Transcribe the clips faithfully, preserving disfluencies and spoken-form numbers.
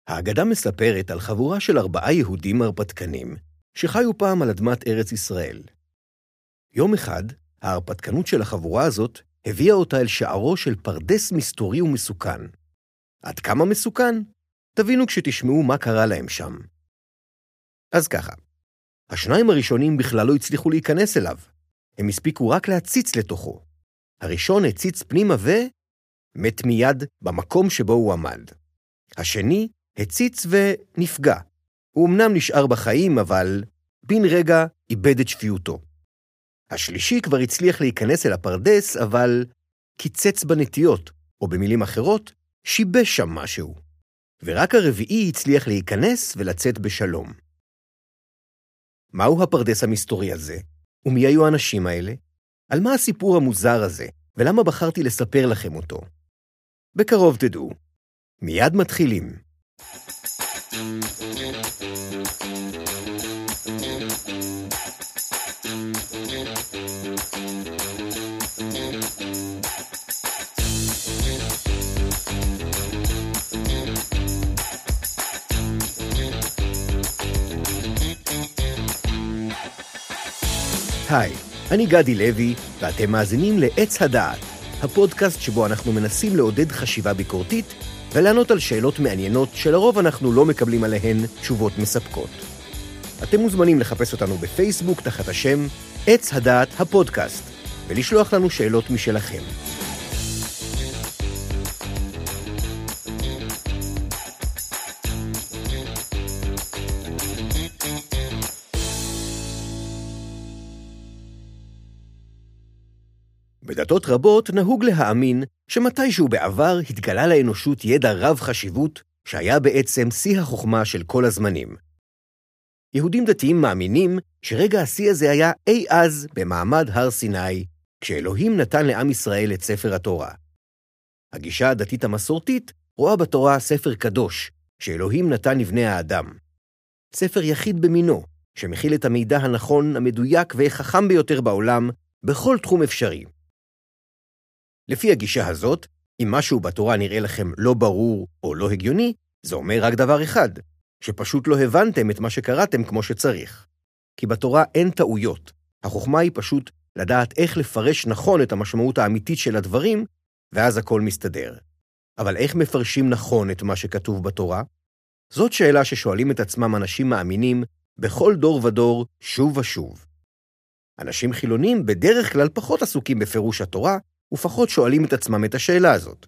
האגדה מספרת על חבורה של ארבעה יהודים הרפתקנים שחיו פעם על אדמת ארץ ישראל. יום אחד, ההרפתקנות של החבורה הזאת הביאה אותה אל שערו של פרדס מסתורי ומסוכן. עד כמה מסוכן? תבינו כשתשמעו מה קרה להם שם. אז ככה, השניים הראשונים בכלל לא הצליחו להיכנס אליו. הם הספיקו רק להציץ לתוכו. הראשון הציץ פנימה ומת מיד במקום שבו הוא עמד. השני הציץ ונפגע. הוא אמנם נשאר בחיים, אבל בן רגע איבד את שפיותו. השלישי כבר הצליח להיכנס אל הפרדס, אבל קיצץ בנטיות, או במילים אחרות, שיבש שם משהו. ורק הרביעי הצליח להיכנס ולצאת בשלום. מהו הפרדס המסתורי הזה? ומי היו האנשים האלה? על מה הסיפור המוזר הזה? ולמה בחרתי לספר לכם אותו? בקרוב תדעו. מיד מתחילים. היי, אני גדי לוי, ואתם מאזינים לעץ הדעת, הפודקאסט שבו אנחנו מנסים לעודד חשיבה ביקורתית ולענות על שאלות מעניינות שלרוב אנחנו לא מקבלים עליהן תשובות מספקות. אתם מוזמנים לחפש אותנו בפייסבוק תחת השם עץ הדעת הפודקאסט, ולשלוח לנו שאלות משלכם. בדתות רבות נהוג להאמין שמתישהו בעבר התגלה לאנושות ידע רב חשיבות שהיה בעצם שיא החוכמה של כל הזמנים. יהודים דתיים מאמינים שרגע השיא הזה היה אי אז במעמד הר סיני, כשאלוהים נתן לעם ישראל את ספר התורה. הגישה הדתית המסורתית רואה בתורה ספר קדוש, שאלוהים נתן לבני האדם. ספר יחיד במינו, שמכיל את המידע הנכון, המדויק והחכם ביותר בעולם, בכל תחום אפשרי. לפי הגישה הזאת, אם משהו בתורה נראה לכם לא ברור או לא הגיוני, זה אומר רק דבר אחד, שפשוט לא הבנתם את מה שקראתם כמו שצריך. כי בתורה אין טעויות. החוכמה היא פשוט לדעת איך לפרש נכון את המשמעות האמיתית של הדברים, ואז הכל מסתדר. אבל איך מפרשים נכון את מה שכתוב בתורה? זאת שאלה ששואלים את עצמם אנשים מאמינים בכל דור ודור שוב ושוב. אנשים חילונים בדרך כלל פחות עסוקים בפירוש התורה, ופחות שואלים את עצמם את השאלה הזאת.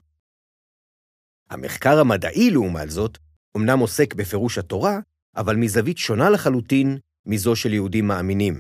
המחקר המדעי לעומת זאת, אמנם עוסק בפירוש התורה, אבל מזווית שונה לחלוטין מזו של יהודים מאמינים.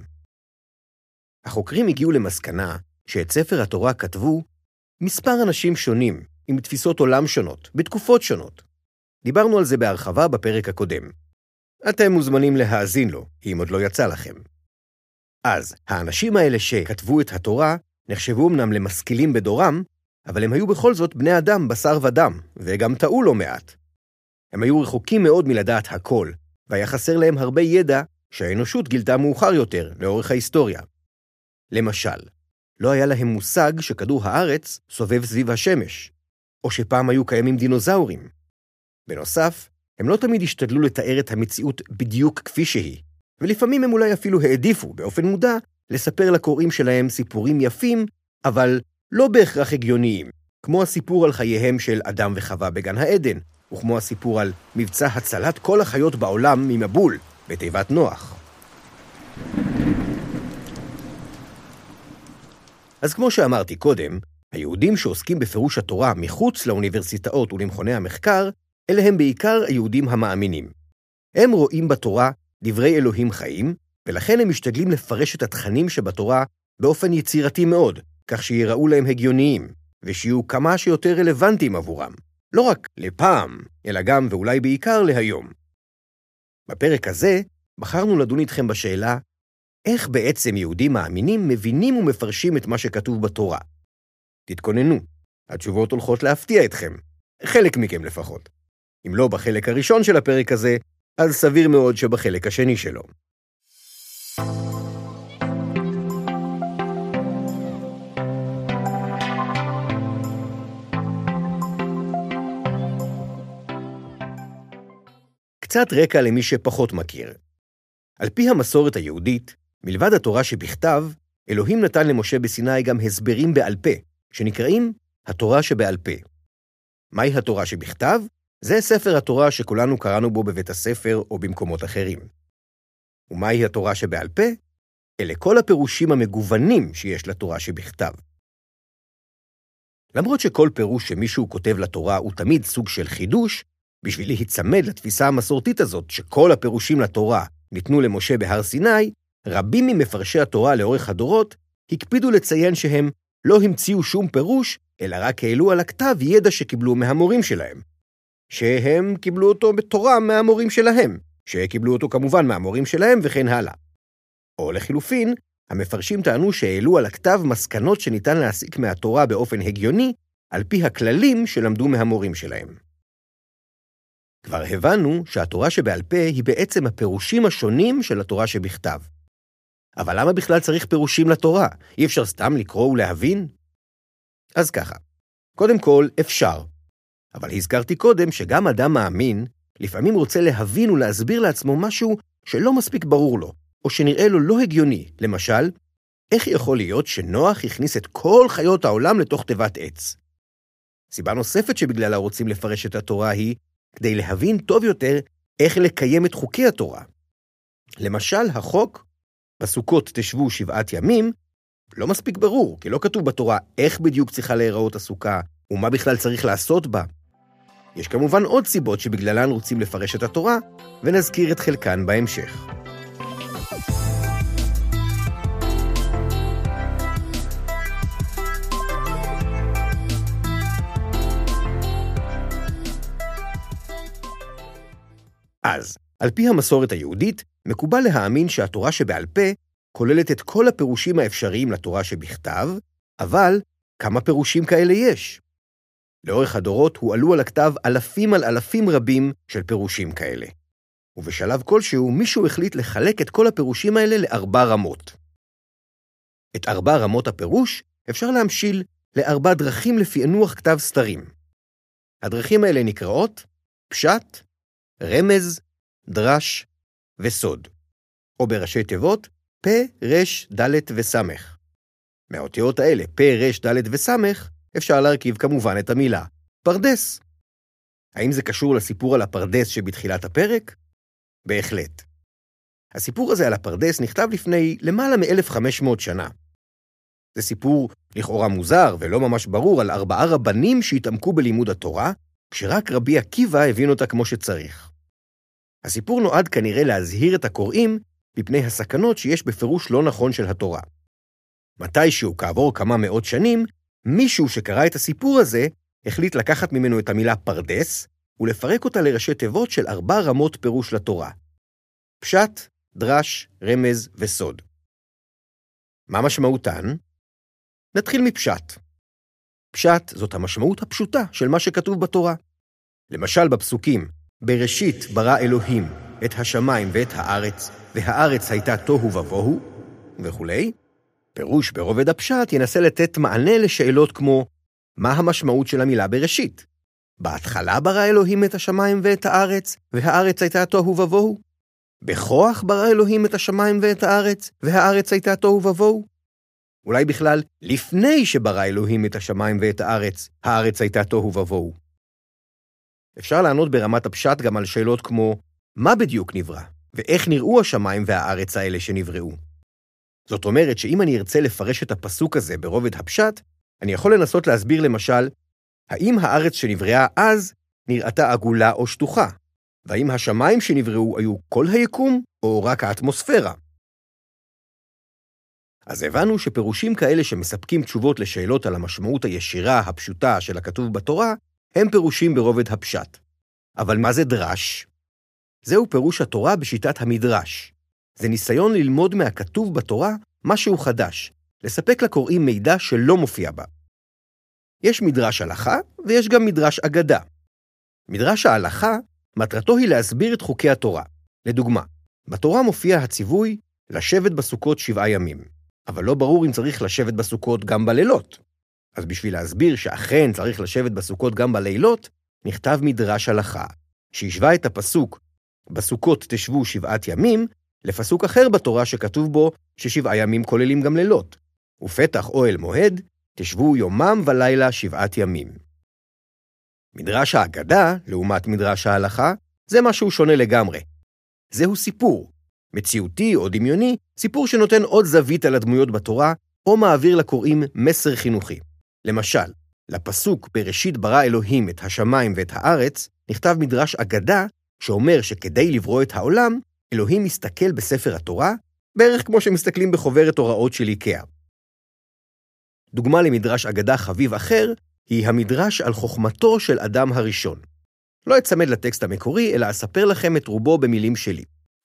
החוקרים הגיעו למסקנה שאת ספר התורה כתבו מספר אנשים שונים, עם תפיסות עולם שונות, בתקופות שונות. דיברנו על זה בהרחבה בפרק הקודם. אתם מוזמנים להאזין לו, אם עוד לא יצא לכם. אז, האנשים האלה שכתבו את התורה, נחשבו אמנם למשכילים בדורם, אבל הם היו בכל זאת בני אדם בשר ודם, וגם טעו לא מעט. הם היו רחוקים מאוד מלדעת הכל, והיה חסר להם הרבה ידע שהאנושות גילתה מאוחר יותר לאורך ההיסטוריה. למשל, לא היה להם מושג שכדור הארץ סובב סביב השמש, או שפעם היו קיימים דינוזאורים. בנוסף, הם לא תמיד השתדלו לתאר את המציאות בדיוק כפי שהיא, ולפעמים הם אולי אפילו העדיפו באופן מודע לספר לקוראים שלהם סיפורים יפים, אבל לא בהכרח הגיוניים, כמו הסיפור על חייהם של אדם וחווה בגן העדן, וכמו הסיפור על מבצע הצלת כל החיות בעולם ממבול בתיבת נוח. אז כמו שאמרתי קודם, היהודים שעוסקים בפירוש התורה מחוץ לאוניברסיטאות ולמכוני המחקר, אלה הם בעיקר היהודים המאמינים. הם רואים בתורה דברי אלוהים חיים, ולכן הם משתדלים לפרש את התכנים שבתורה באופן יצירתי מאוד, כך שיראו להם הגיוניים, ושיהיו כמה שיותר רלוונטיים עבורם. לא רק לפעם, אלא גם ואולי בעיקר להיום. בפרק הזה בחרנו לדון איתכם בשאלה, איך בעצם יהודים מאמינים מבינים ומפרשים את מה שכתוב בתורה. תתכוננו, התשובות הולכות להפתיע אתכם, חלק מכם לפחות. אם לא בחלק הראשון של הפרק הזה, אז סביר מאוד שבחלק השני שלו. קצת רקע למי שפחות מכיר. על פי המסורת היהודית, מלבד התורה שבכתב, אלוהים נתן למשה בסיני גם הסברים בעל פה, שנקראים התורה שבעל פה. מהי התורה שבכתב? זה ספר התורה שכולנו קראנו בו בבית הספר או במקומות אחרים. ומהי התורה שבעל פה? אלה כל הפירושים המגוונים שיש לתורה שבכתב. למרות שכל פירוש שמישהו כותב לתורה הוא תמיד סוג של חידוש, בשביל להיצמד לתפיסה המסורתית הזאת שכל הפירושים לתורה ניתנו למשה בהר סיני, רבים ממפרשי התורה לאורך הדורות הקפידו לציין שהם לא המציאו שום פירוש, אלא רק העלו על הכתב ידע שקיבלו מהמורים שלהם. שהם קיבלו אותו בתורה מהמורים שלהם, שקיבלו אותו כמובן מהמורים שלהם וכן הלאה. או לחילופין, המפרשים טענו שהעלו על הכתב מסקנות שניתן להסיק מהתורה באופן הגיוני, על פי הכללים שלמדו מהמורים שלהם. כבר הבנו שהתורה שבעל פה היא בעצם הפירושים השונים של התורה שבכתב. אבל למה בכלל צריך פירושים לתורה? אי אפשר סתם לקרוא ולהבין? אז ככה, קודם כל אפשר. אבל הזכרתי קודם שגם אדם מאמין לפעמים רוצה להבין ולהסביר לעצמו משהו שלא מספיק ברור לו, או שנראה לו לא הגיוני. למשל, איך יכול להיות שנוח הכניס את כל חיות העולם לתוך תיבת עץ? סיבה נוספת שבגללה רוצים לפרש את התורה היא כדי להבין טוב יותר איך לקיים את חוקי התורה. למשל, החוק, בסוכות תשבו שבעת ימים, לא מספיק ברור, כי לא כתוב בתורה איך בדיוק צריכה להיראות הסוכה, ומה בכלל צריך לעשות בה. יש כמובן עוד סיבות שבגללן רוצים לפרש את התורה, ונזכיר את חלקן בהמשך. אז, על פי המסורת היהודית, מקובל להאמין שהתורה שבעל פה כוללת את כל הפירושים האפשריים לתורה שבכתב, אבל כמה פירושים כאלה יש? לאורך הדורות הועלו על הכתב אלפים על אלפים רבים של פירושים כאלה. ובשלב כלשהו מישהו החליט לחלק את כל הפירושים האלה לארבע רמות. את ארבע רמות הפירוש אפשר להמשיל לארבע דרכים לפענוח כתב סתרים. הדרכים האלה נקראות פשט, רמז, דרש וסוד, או בראשי תיבות פ, רש, דלת וסמך. מהאותיות האלה, פ, רש, דלת וסמך, אפשר להרכיב כמובן את המילה פרדס. האם זה קשור לסיפור על הפרדס שבתחילת הפרק? בהחלט. הסיפור הזה על הפרדס נכתב לפני למעלה מ-אלף וחמש מאות שנה. זה סיפור לכאורה מוזר ולא ממש ברור על ארבעה רבנים שהתעמקו בלימוד התורה, כשרק רבי עקיבא הבין אותה כמו שצריך. הסיפור נועד כנראה להזהיר את הקוראים מפני הסכנות שיש בפירוש לא נכון של התורה. מתישהו כעבור כמה מאות שנים, מישהו שקרא את הסיפור הזה החליט לקחת ממנו את המילה פרדס ולפרק אותה לראשי תיבות של ארבע רמות פירוש לתורה. פשט, דרש, רמז וסוד. מה משמעותן? נתחיל מפשט. פשט זאת המשמעות הפשוטה של מה שכתוב בתורה. למשל בפסוקים, בראשית ברא אלוהים את השמיים ואת הארץ, והארץ הייתה תוהו ובוהו, וכולי. פירוש ברובד הפשט ינסה לתת מענה לשאלות כמו, מה המשמעות של המילה בראשית? בהתחלה ברא אלוהים את השמיים ואת הארץ, והארץ הייתה תוהו ובוהו? בכוח ברא אלוהים את השמיים ואת הארץ, והארץ הייתה תוהו ובוהו? אולי בכלל, לפני שברא אלוהים את השמיים ואת הארץ, הארץ הייתה תוהו ובוהו. אפשר לענות ברמת הפשט גם על שאלות כמו, מה בדיוק נברא? ואיך נראו השמיים והארץ האלה שנבראו? זאת אומרת שאם אני ארצה לפרש את הפסוק הזה ברובד הפשט, אני יכול לנסות להסביר למשל, האם הארץ שנבראה אז נראתה עגולה או שטוחה? והאם השמיים שנבראו היו כל היקום או רק האטמוספירה? אז הבנו שפירושים כאלה שמספקים תשובות לשאלות על המשמעות הישירה הפשוטה של הכתוב בתורה, הם פירושים ברובד הפשט. אבל מה זה דרש? זהו פירוש התורה בשיטת המדרש. זה ניסיון ללמוד מהכתוב בתורה משהו חדש, לספק לקוראים מידע שלא מופיע בה. יש מדרש הלכה ויש גם מדרש אגדה. מדרש ההלכה, מטרתו היא להסביר את חוקי התורה. לדוגמה, בתורה מופיע הציווי לשבת בסוכות שבעה ימים, אבל לא ברור אם צריך לשבת בסוכות גם בלילות. אז בשביל להסביר שאכן צריך לשבת בסוכות גם בלילות, נכתב מדרש הלכה, שהשווה את הפסוק בסוכות תשבו שבעת ימים, לפסוק אחר בתורה שכתוב בו ששבעה ימים כוללים גם לילות. ופתח אוהל מועד, תשבו יומם ולילה שבעת ימים. מדרש האגדה, לעומת מדרש ההלכה, זה משהו שונה לגמרי. זהו סיפור, מציאותי או דמיוני, סיפור שנותן עוד זווית על הדמויות בתורה, או מעביר לקוראים מסר חינוכי. למשל, לפסוק בראשית ברא אלוהים את השמיים ואת הארץ, נכתב מדרש אגדה שאומר שכדי לברוא את העולם, אלוהים מסתכל בספר התורה, בערך כמו שמסתכלים בחוברת הוראות של איקאה. דוגמה למדרש אגדה חביב אחר, היא המדרש על חוכמתו של אדם הראשון. לא אצמד לטקסט המקורי, אלא אספר לכם את רובו במילים שלי.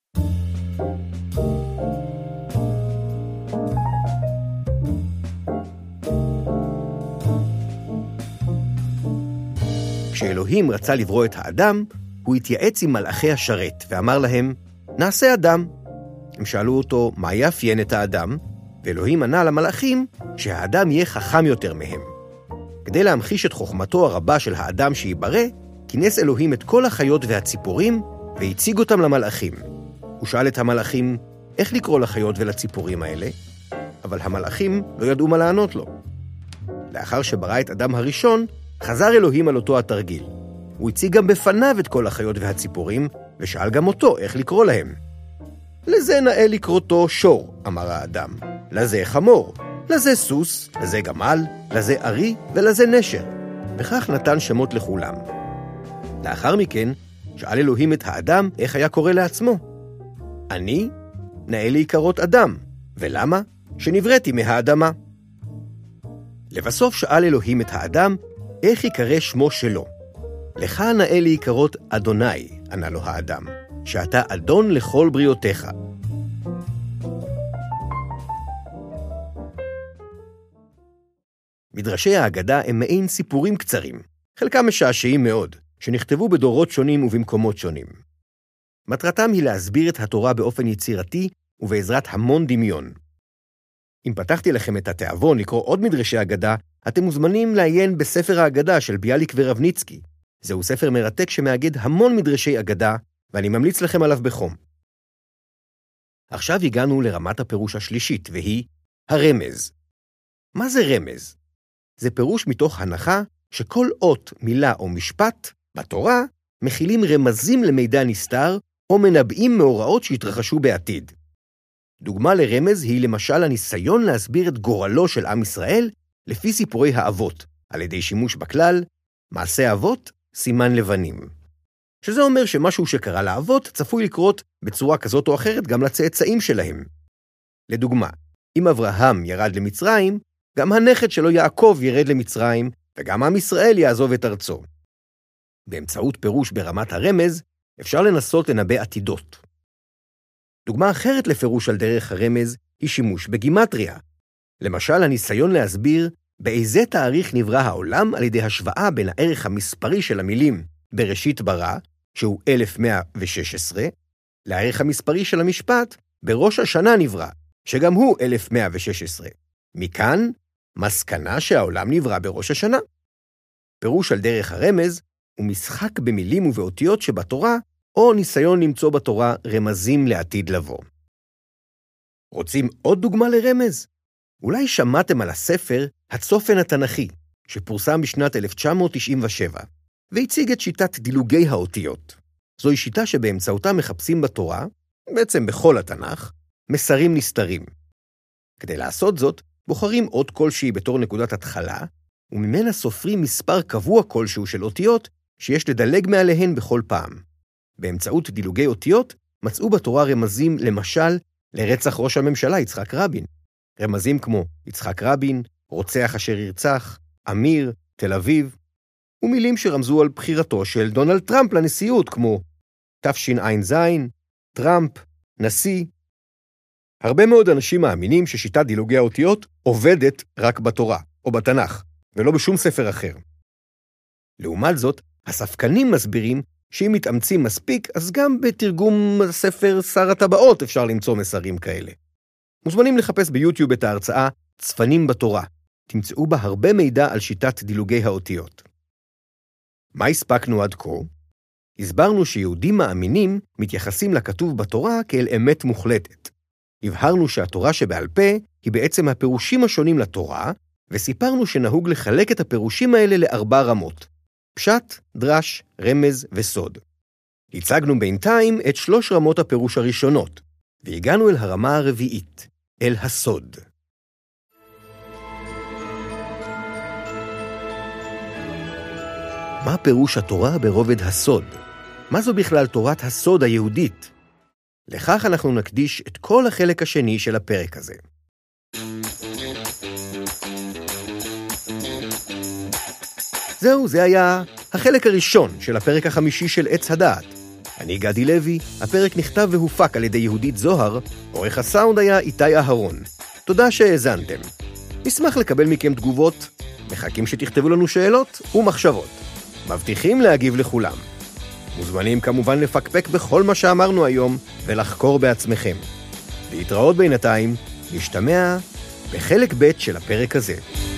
כשאלוהים רצה לברוא את האדם, הוא התייעץ עם מלאכי השרת ואמר להם, נעשה אדם. הם שאלו אותו, מה יאפיין את האדם? ואלוהים ענה למלאכים שהאדם יהיה חכם יותר מהם. כדי להמחיש את חוכמתו הרבה של האדם שיברא, כינס אלוהים את כל החיות והציפורים והציג אותם למלאכים. הוא שאל את המלאכים, איך לקרוא לחיות ולציפורים האלה? אבל המלאכים לא ידעו מה לענות לו. לאחר שברא את אדם הראשון, חזר אלוהים על אותו התרגיל. הוא הציג גם בפניו את כל החיות והציפורים, ושאל גם אותו איך לקרוא להם. לזה נאה לקרותו שור, אמר האדם. לזה חמור, לזה סוס, לזה גמל, לזה ארי ולזה נשר. וכך נתן שמות לכולם. לאחר מכן, שאל אלוהים את האדם איך היה קורא לעצמו. אני נאה להיקרות אדם. ולמה? שנבראתי מהאדמה. לבסוף שאל אלוהים את האדם איך יקרא שמו שלו. לך נאה להיקרות אדוני, ענה לו האדם, שאתה אדון לכל בריאותיך. מדרשי האגדה הם מעין סיפורים קצרים, חלקם משעשעים מאוד, שנכתבו בדורות שונים ובמקומות שונים. מטרתם היא להסביר את התורה באופן יצירתי ובעזרת המון דמיון. אם פתחתי לכם את התיאבון לקרוא עוד מדרשי אגדה, אתם מוזמנים לעיין בספר האגדה של ביאליק ורבניצקי. זהו ספר מרתק שמאגד המון מדרשי אגדה, ואני ממליץ לכם עליו בחום. עכשיו הגענו לרמת הפירוש השלישית, והיא הרמז. מה זה רמז? זה פירוש מתוך הנחה שכל אות, מילה או משפט בתורה מכילים רמזים למידע נסתר או מנבאים מאורעות שהתרחשו בעתיד. דוגמה לרמז היא למשל הניסיון להסביר את גורלו של עם ישראל לפי סיפורי האבות, על ידי שימוש בכלל, מעשה אבות, סימן לבנים. שזה אומר שמשהו שקרה לאבות צפוי לקרות בצורה כזאת או אחרת גם לצאצאים שלהם. לדוגמה, אם אברהם ירד למצרים, גם הנכד שלו יעקב ירד למצרים, וגם עם ישראל יעזוב את ארצו. באמצעות פירוש ברמת הרמז, אפשר לנסות לנבא עתידות. דוגמה אחרת לפירוש על דרך הרמז היא שימוש בגימטריה. למשל, הניסיון להסביר באיזה תאריך נברא העולם על ידי השוואה בין הערך המספרי של המילים בראשית ברא, שהוא אלף מאה ושש עשרה, לערך המספרי של המשפט בראש השנה נברא, שגם הוא אלף מאה ושש עשרה. מכאן, מסקנה שהעולם נברא בראש השנה. פירוש על דרך הרמז הוא משחק במילים ובאותיות שבתורה, או ניסיון למצוא בתורה רמזים לעתיד לבוא. רוצים עוד דוגמה לרמז? אולי שמעתם על הספר הצופן התנ"כי, שפורסם בשנת אלף תשע מאות תשעים ושבע, והציג את שיטת דילוגי האותיות. זוהי שיטה שבאמצעותה מחפשים בתורה, בעצם בכל התנ"ך, מסרים נסתרים. כדי לעשות זאת, בוחרים אות כלשהי בתור נקודת התחלה, וממנה סופרים מספר קבוע כלשהו של אותיות שיש לדלג מעליהן בכל פעם. באמצעות דילוגי אותיות מצאו בתורה רמזים למשל לרצח ראש הממשלה יצחק רבין. רמזים כמו יצחק רבין, רוצח אשר ירצח, אמיר, תל אביב, ומילים שרמזו על בחירתו של דונלד טראמפ לנשיאות כמו תשע"ז, טראמפ, נשיא. הרבה מאוד אנשים מאמינים ששיטת דילוגי האותיות עובדת רק בתורה או בתנ"ך, ולא בשום ספר אחר. לעומת זאת, הספקנים מסבירים שאם מתאמצים מספיק, אז גם בתרגום הספר שר הטבעות אפשר למצוא מסרים כאלה. מוזמנים לחפש ביוטיוב את ההרצאה צפנים בתורה. תמצאו בה הרבה מידע על שיטת דילוגי האותיות. מה הספקנו עד כה? הסברנו שיהודים מאמינים מתייחסים לכתוב בתורה כאל אמת מוחלטת. הבהרנו שהתורה שבעל פה היא בעצם הפירושים השונים לתורה, וסיפרנו שנהוג לחלק את הפירושים האלה לארבע רמות: פשט, דרש, רמז וסוד. הצגנו בינתיים את שלוש רמות הפירוש הראשונות, והגענו אל הרמה הרביעית, אל הסוד. מה פירוש התורה ברובד הסוד? מה זו בכלל תורת הסוד היהודית? לכך אנחנו נקדיש את כל החלק השני של הפרק הזה. זהו, זה היה החלק הראשון של הפרק החמישי של עץ הדעת. אני גדי לוי, הפרק נכתב והופק על ידי יהודית זוהר, עורך הסאונד היה איתי אהרון. תודה שהאזנתם. נשמח לקבל מכם תגובות, מחכים שתכתבו לנו שאלות ומחשבות. מבטיחים להגיב לכולם. מוזמנים כמובן לפקפק בכל מה שאמרנו היום ולחקור בעצמכם. להתראות בינתיים, נשתמע בחלק ב' של הפרק הזה.